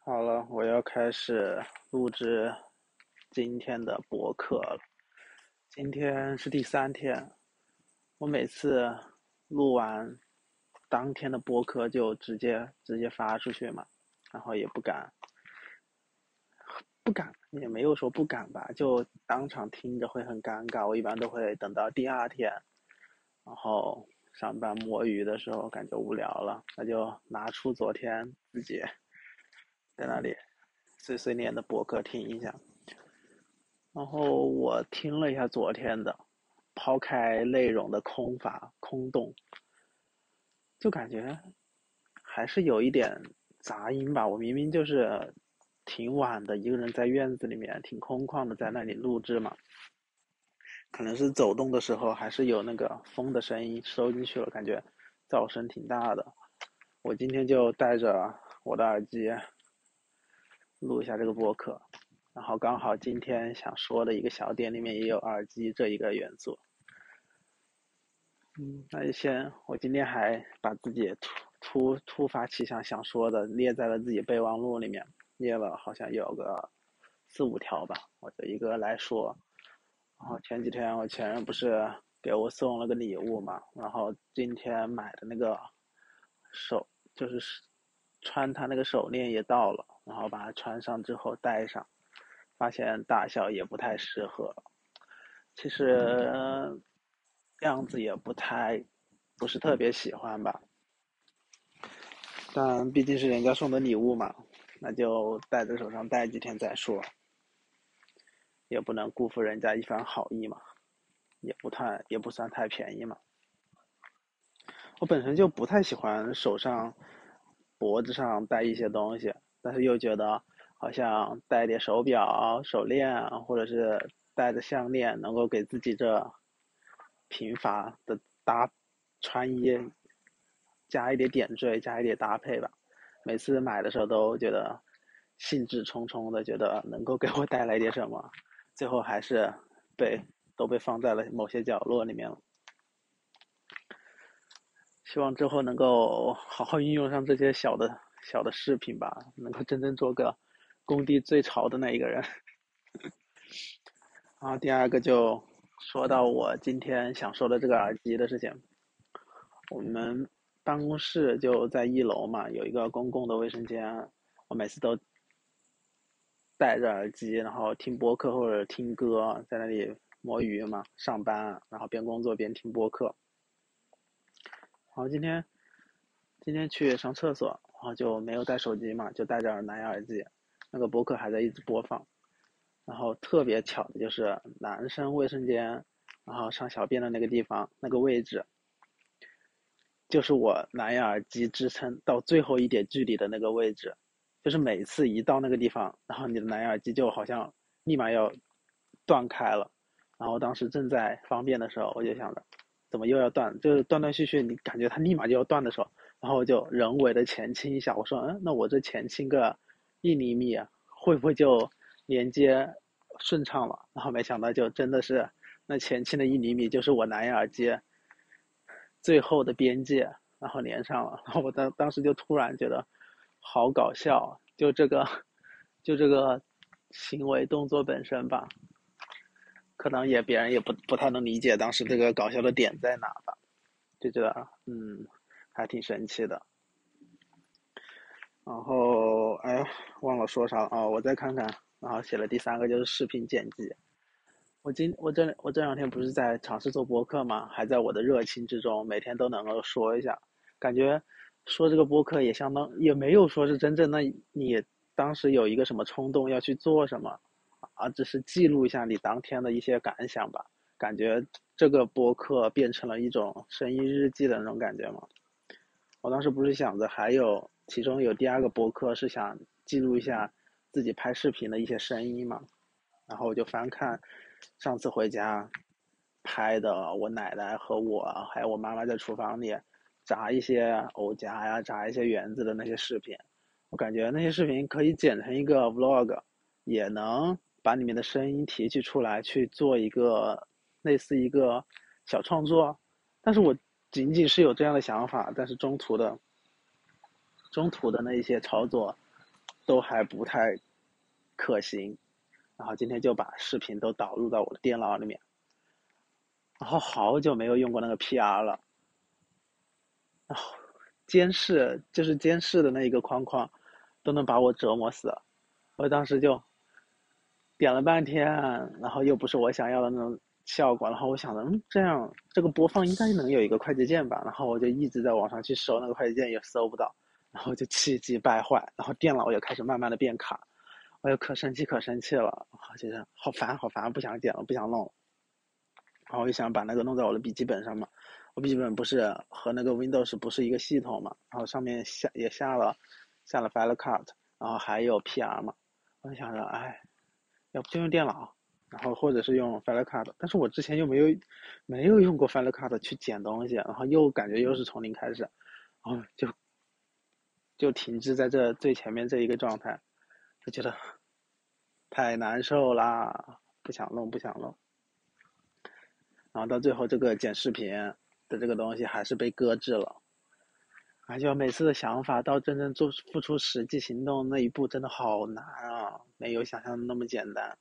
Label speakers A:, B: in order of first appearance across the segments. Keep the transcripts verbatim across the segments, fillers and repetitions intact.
A: 好了，我要开始录制今天的博客了。今天是第三天，我每次录完当天的播客就直接直接发出去嘛，然后也不敢不敢，也没有说不敢吧，就当场听着会很尴尬。我一般都会等到第二天，然后上班摸鱼的时候感觉无聊了，那就拿出昨天自己在那里碎碎念的博客听一下。然后我听了一下昨天的，抛开内容的空乏空洞，就感觉还是有一点杂音吧。我明明就是挺晚的，一个人在院子里面挺空旷的，在那里录制嘛，可能是走动的时候还是有那个风的声音收进去了，感觉噪声挺大的。我今天就带着我的耳机录一下这个播客，然后刚好今天想说的一个小点里面也有耳机这一个元素。嗯，那就先，我今天还把自己突突突发奇想想说的列在了自己备忘录里面，列了好像有个四五条吧，我就一个来说。然后前几天我前任不是给我送了个礼物嘛，然后今天买的那个手就是穿他那个手链也到了，然后把它穿上之后戴上，发现大小也不太适合。其实样子也不太不是特别喜欢吧，但毕竟是人家送的礼物嘛，那就戴在手上戴几天再说，也不能辜负人家一番好意嘛，也不太也不算太便宜嘛。我本身就不太喜欢手上、脖子上戴一些东西，但是又觉得好像戴点手表、手链啊，或者是戴着项链，能够给自己这贫乏的搭穿衣加一点点缀，加一点搭配吧。每次买的时候都觉得兴致冲冲的，觉得能够给我带来点什么，最后还是被都被放在了某些角落里面了。希望之后能够好好运用上这些小的小的饰品吧，能够真正做个工地最潮的那一个人。然后第二个就说到我今天想说的这个耳机的事情。我们办公室就在一楼嘛，有一个公共的卫生间，我每次都戴着耳机，然后听播客或者听歌，在那里摸鱼嘛，上班，然后边工作边听播客。然后今天今天去上厕所，然后就没有带手机嘛，就戴着蓝牙耳机，那个播客还在一直播放。然后特别巧的就是男生卫生间，然后上小便的那个地方那个位置，就是我蓝牙耳机支撑到最后一点距离的那个位置，就是每次一到那个地方，然后你的蓝牙耳机就好像立马要断开了。然后当时正在方便的时候，我就想着，怎么又要断？就是断断续续，你感觉它立马就要断的时候，然后我就人为的前倾一下，我说，嗯，那我这前倾个一厘米啊，会不会就连接顺畅了？然后没想到就真的是那前倾的一厘米，就是我蓝牙耳机最后的边界，然后连上了。然后我当当时就突然觉得好搞笑，就这个就这个行为动作本身吧，可能也别人也不不太能理解当时这个搞笑的点在哪吧，就觉得嗯还挺神奇的。然后哎呀忘了说啥了哦，我再看看，然后写了第三个就是视频剪辑。我今我这我这两天不是在尝试做播客嘛，还在我的热情之中，每天都能够说一下，感觉说这个播客也相当，也没有说是真正的你当时有一个什么冲动要去做什么，啊，只是记录一下你当天的一些感想吧。感觉这个播客变成了一种声音日记的那种感觉嘛。我当时不是想着还有其中有第二个播客是想记录一下自己拍视频的一些声音嘛，然后我就翻看上次回家拍的我奶奶和我还有我妈妈在厨房里炸一些藕夹呀、炸一些圆子的那些视频，我感觉那些视频可以剪成一个 vlog，也能把里面的声音提取出来去做一个类似一个小创作。但是我仅仅是有这样的想法，但是中途的中途的那一些操作都还不太可行，然后今天就把视频都导入到我的电脑里面，然后好久没有用过那个 P R 了，然后监视就是监视的那一个框框都能把我折磨死了，我当时就点了半天，然后又不是我想要的那种效果，然后我想着，嗯，这样这个播放应该能有一个快捷键吧，然后我就一直在网上去搜那个快捷键，也搜不到，然后就气急败坏，然后电脑又开始慢慢的变卡，我就可生气可生气了，我觉得好烦好烦，不想点了，不想弄了，然后我就想把那个弄在我的笔记本上嘛，我笔记本不是和那个 Windows 不是一个系统嘛，然后上面下也下了下了 Final Cut，然后还有 P R 嘛，我就想着，哎。要不就用电脑，然后或者是用 Final Cut，但是我之前又没有没有用过 Final Cut 去剪东西，然后又感觉又是从零开始，然后就就停滞在这最前面这一个状态，就觉得太难受啦，不想弄不想弄，然后到最后这个剪视频的这个东西还是被搁置了，而且我每次的想法到真正做付出实际行动那一步真的好难啊，没有想象的那么简单。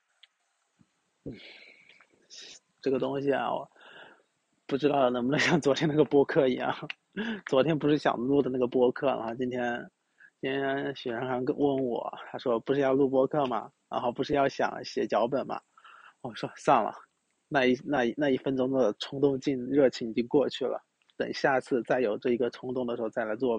A: 这个东西啊，我不知道能不能像昨天那个播客一样，昨天不是想录的那个播客，然后今天今天许然还问我，他说不是要录播客吗？然后不是要想写脚本吗？我说算了，那一那一那一分钟的冲动劲热情已经过去了，等下次再有这一个冲动的时候再来做吧。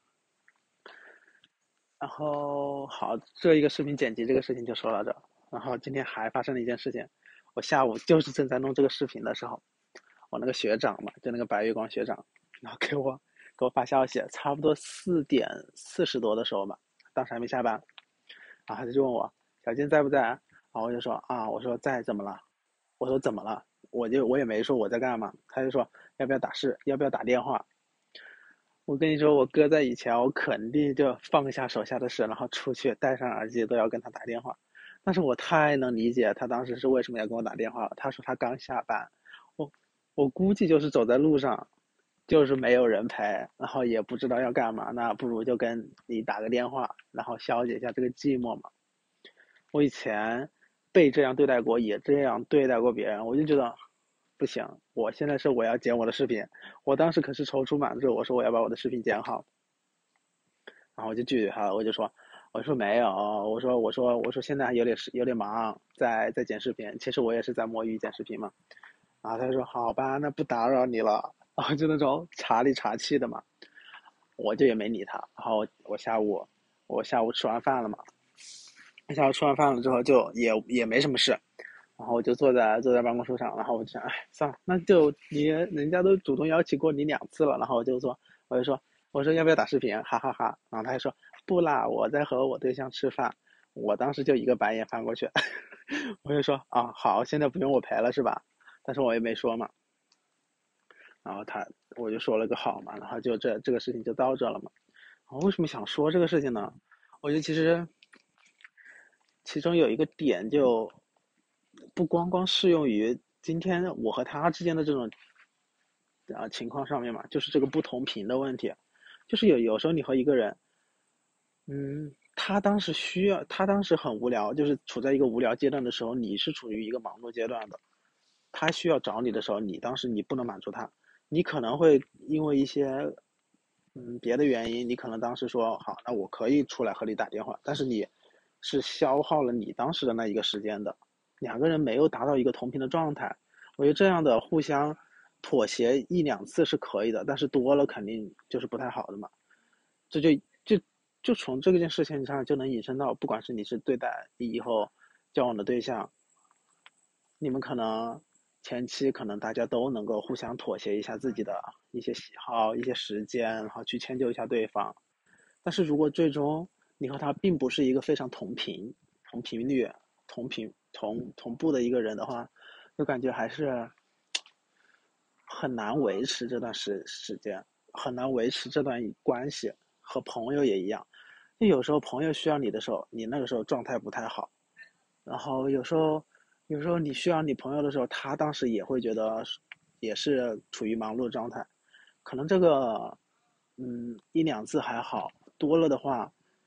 A: 然后好，这一个视频剪辑这个事情就说到这，然后今天还发生了一件事情，我下午就是正在弄这个视频的时候，我那个学长嘛，就那个白月光学长，然后给我给我发消息，差不多四点四十多的时候吧，当时还没下班，然后他就问我小金在不在，然后我就说啊，我说在，怎么了？我说怎么了？我就我也没说我在干嘛，他就说要不要打视，要不要打电话？我跟你说，我哥在以前，我肯定就放下手下的事，然后出去戴上耳机都要跟他打电话。但是我太能理解他当时是为什么要跟我打电话了。他说他刚下班，我我估计就是走在路上，就是没有人陪，然后也不知道要干嘛，那不如就跟你打个电话，然后消解一下这个寂寞嘛。我以前被这样对待过，也这样对待过别人，我就觉得不行。我现在是我要剪我的视频，我当时可是踌躇满志，我说我要把我的视频剪好，然后我就拒绝他了，我就说，我说没有，我说我说我说现在还有点事有点忙，在在剪视频，其实我也是在摸鱼剪视频嘛。然后他就说好吧，那不打扰你了，然后就那种茶里茶气的嘛，我就也没理他。然后我下午我下午吃完饭了嘛，下午吃完饭了之后就也也没什么事，然后我就坐在坐在办公桌上，然后我就想，哎，算了，那就你人家都主动邀请过你两次了，然后我就说，我就说，我说要不要打视频，哈哈哈，然后他就说不啦，我在和我对象吃饭，我当时就一个白眼翻过去，我就说啊，好，现在不用我陪了是吧？但是我也没说嘛，然后他我就说了个好嘛，然后就这这个事情就到这了嘛。我为什么想说这个事情呢？我觉得其实其中有一个点就不光光适用于今天我和他之间的这种啊情况上面嘛，就是这个不同频的问题，就是有有时候你和一个人，嗯，他当时需要，他当时很无聊，就是处在一个无聊阶段的时候，你是处于一个忙碌阶段的，他需要找你的时候，你当时你不能满足他，你可能会因为一些嗯别的原因，你可能当时说好，那我可以出来和你打电话，但是你是消耗了你当时的那一个时间的，两个人没有达到一个同频的状态，我觉得这样的互相妥协一两次是可以的，但是多了肯定就是不太好的嘛。这就就就从这件事情上就能引申到，不管是你是对待你以后交往的对象，你们可能前期可能大家都能够互相妥协一下自己的一些喜好、一些时间，然后去迁就一下对方。但是如果最终你和他并不是一个非常同频、同频率、同频、同同步的一个人的话，就感觉还是很难维持这段时时间，很难维持这段关系。和朋友也一样，就有时候朋友需要你的时候，你那个时候状态不太好，然后有时候有时候你需要你朋友的时候，他当时也会觉得也是处于忙碌状态，可能这个嗯一两次还好，多了的话，你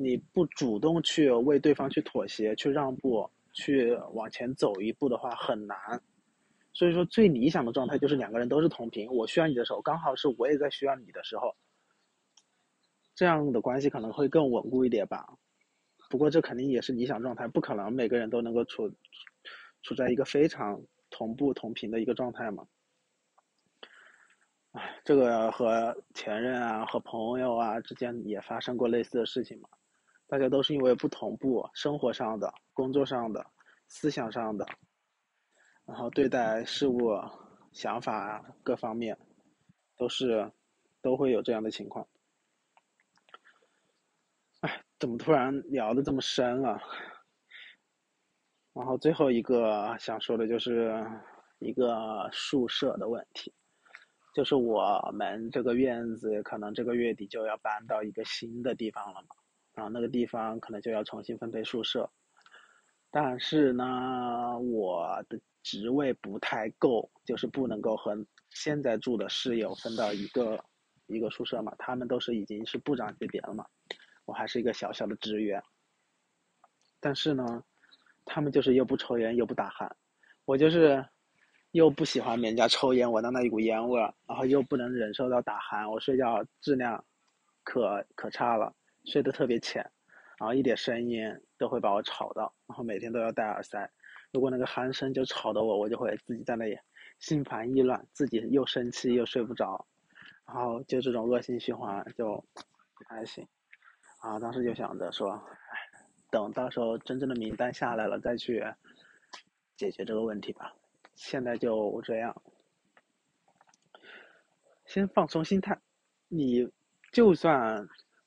A: 你不主动去为对方去妥协、去让步、去往前走一步的话，很难。所以说，最理想的状态就是两个人都是同频，我需要你的时候，刚好是我也在需要你的时候，这样的关系可能会更稳固一点吧。不过这肯定也是理想状态，不可能每个人都能够处处在一个非常同步同频的一个状态嘛。唉，这个和前任啊、和朋友啊之间也发生过类似的事情嘛。大家都是因为不同步，生活上的、工作上的、思想上的，然后对待事物、想法各方面，都是都会有这样的情况。唉，怎么突然聊得这么深啊？然后最后一个想说的就是一个宿舍的问题，就是我们这个院子可能这个月底就要搬到一个新的地方了嘛，然后那个地方可能就要重新分配宿舍，但是呢，我的职位不太够，就是不能够和现在住的室友分到一个一个宿舍嘛，他们都是已经是部长级别了嘛，我还是一个小小的职员，但是呢，他们就是又不抽烟又不打鼾，我就是又不喜欢人家抽烟闻到那一股烟味儿，然后又不能忍受到打鼾，我睡觉质量可可差了，睡得特别浅，然后一点声音都会把我吵到，然后每天都要戴耳塞，如果那个鼾声就吵得我，我就会自己在那里心烦意乱，自己又生气又睡不着，然后就这种恶性循环就不太行。啊，当时就想着说，等到时候真正的名单下来了再去解决这个问题吧。现在就这样，先放松心态。你就算，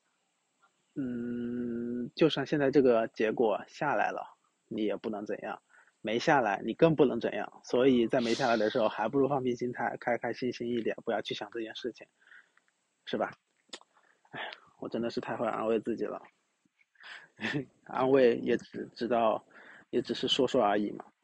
A: 嗯，就算现在这个结果下来了，你也不能怎样；没下来，你更不能怎样。所以在没下来的时候，还不如放平心态，开开心心一点，不要去想这件事情，是吧？哎，我真的是太会安慰自己了，安慰也只知道，也只是说说而已嘛。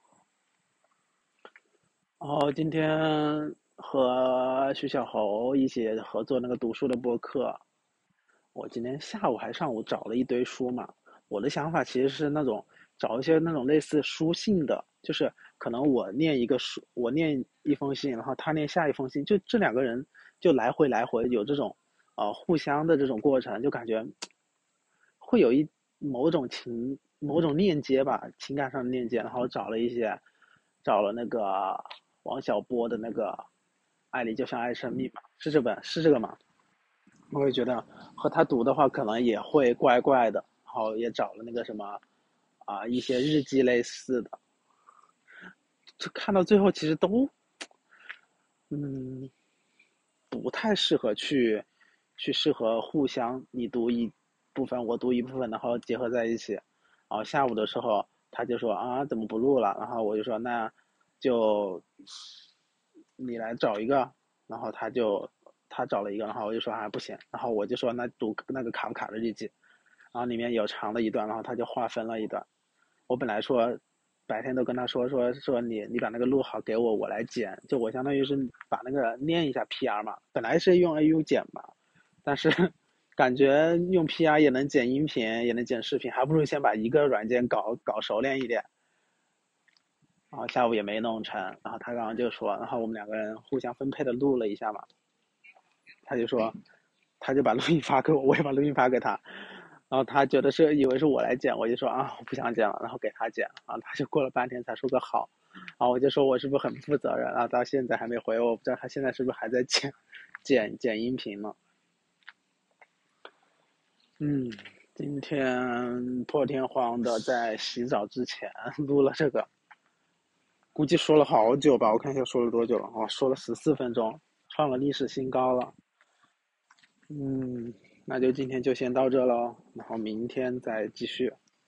A: 然后今天和徐小猴一起合作那个读书的播客，我今天下午还上午找了一堆书嘛。我的想法其实是那种找一些那种类似书信的，就是可能我念一个书，我念一封信，然后他念下一封信，就这两个人就来回来回有这种呃互相的这种过程，就感觉会有一某种情某种链接吧，情感上的链接。然后找了一些，找了那个王小波的那个《爱你就像爱生密码》，是这本是这个吗？我也觉得和他读的话，可能也会怪怪的。然后也找了那个什么啊、一些日记类似的，就看到最后其实都嗯不太适合去去适合互相你读一部分我读一部分，然后结合在一起。然后下午的时候他就说啊怎么不录了，然后我就说那就你来找一个，然后他就他找了一个，然后我就说啊不行，然后我就说那读那个卡夫卡的日记，然后里面有长的一段，然后他就划分了一段。我本来说白天都跟他说说说你你把那个录好给我，我来剪，就我相当于是把那个念一下 P R 嘛，本来是用 A U 剪嘛，但是感觉用 P R 也能剪音频，也能剪视频，还不如先把一个软件搞搞熟练一点。然后下午也没弄成，然后他刚刚就说，然后我们两个人互相分配的录了一下嘛，他就说，他就把录音发给我，我也把录音发给他，然后他觉得是以为是我来剪，我就说啊我不想剪了，然后给他剪，然后他就过了半天才说个好，然后我就说我是不是很负责任，然后到现在还没回我，我不知道他现在是不是还在剪剪剪音频呢？嗯，今天破天荒的在洗澡之前录了这个，估计说了好久吧，我看一下说了多久了，哇，说了十四分钟，创了历史新高了。嗯，那就今天就先到这喽，然后明天再继续。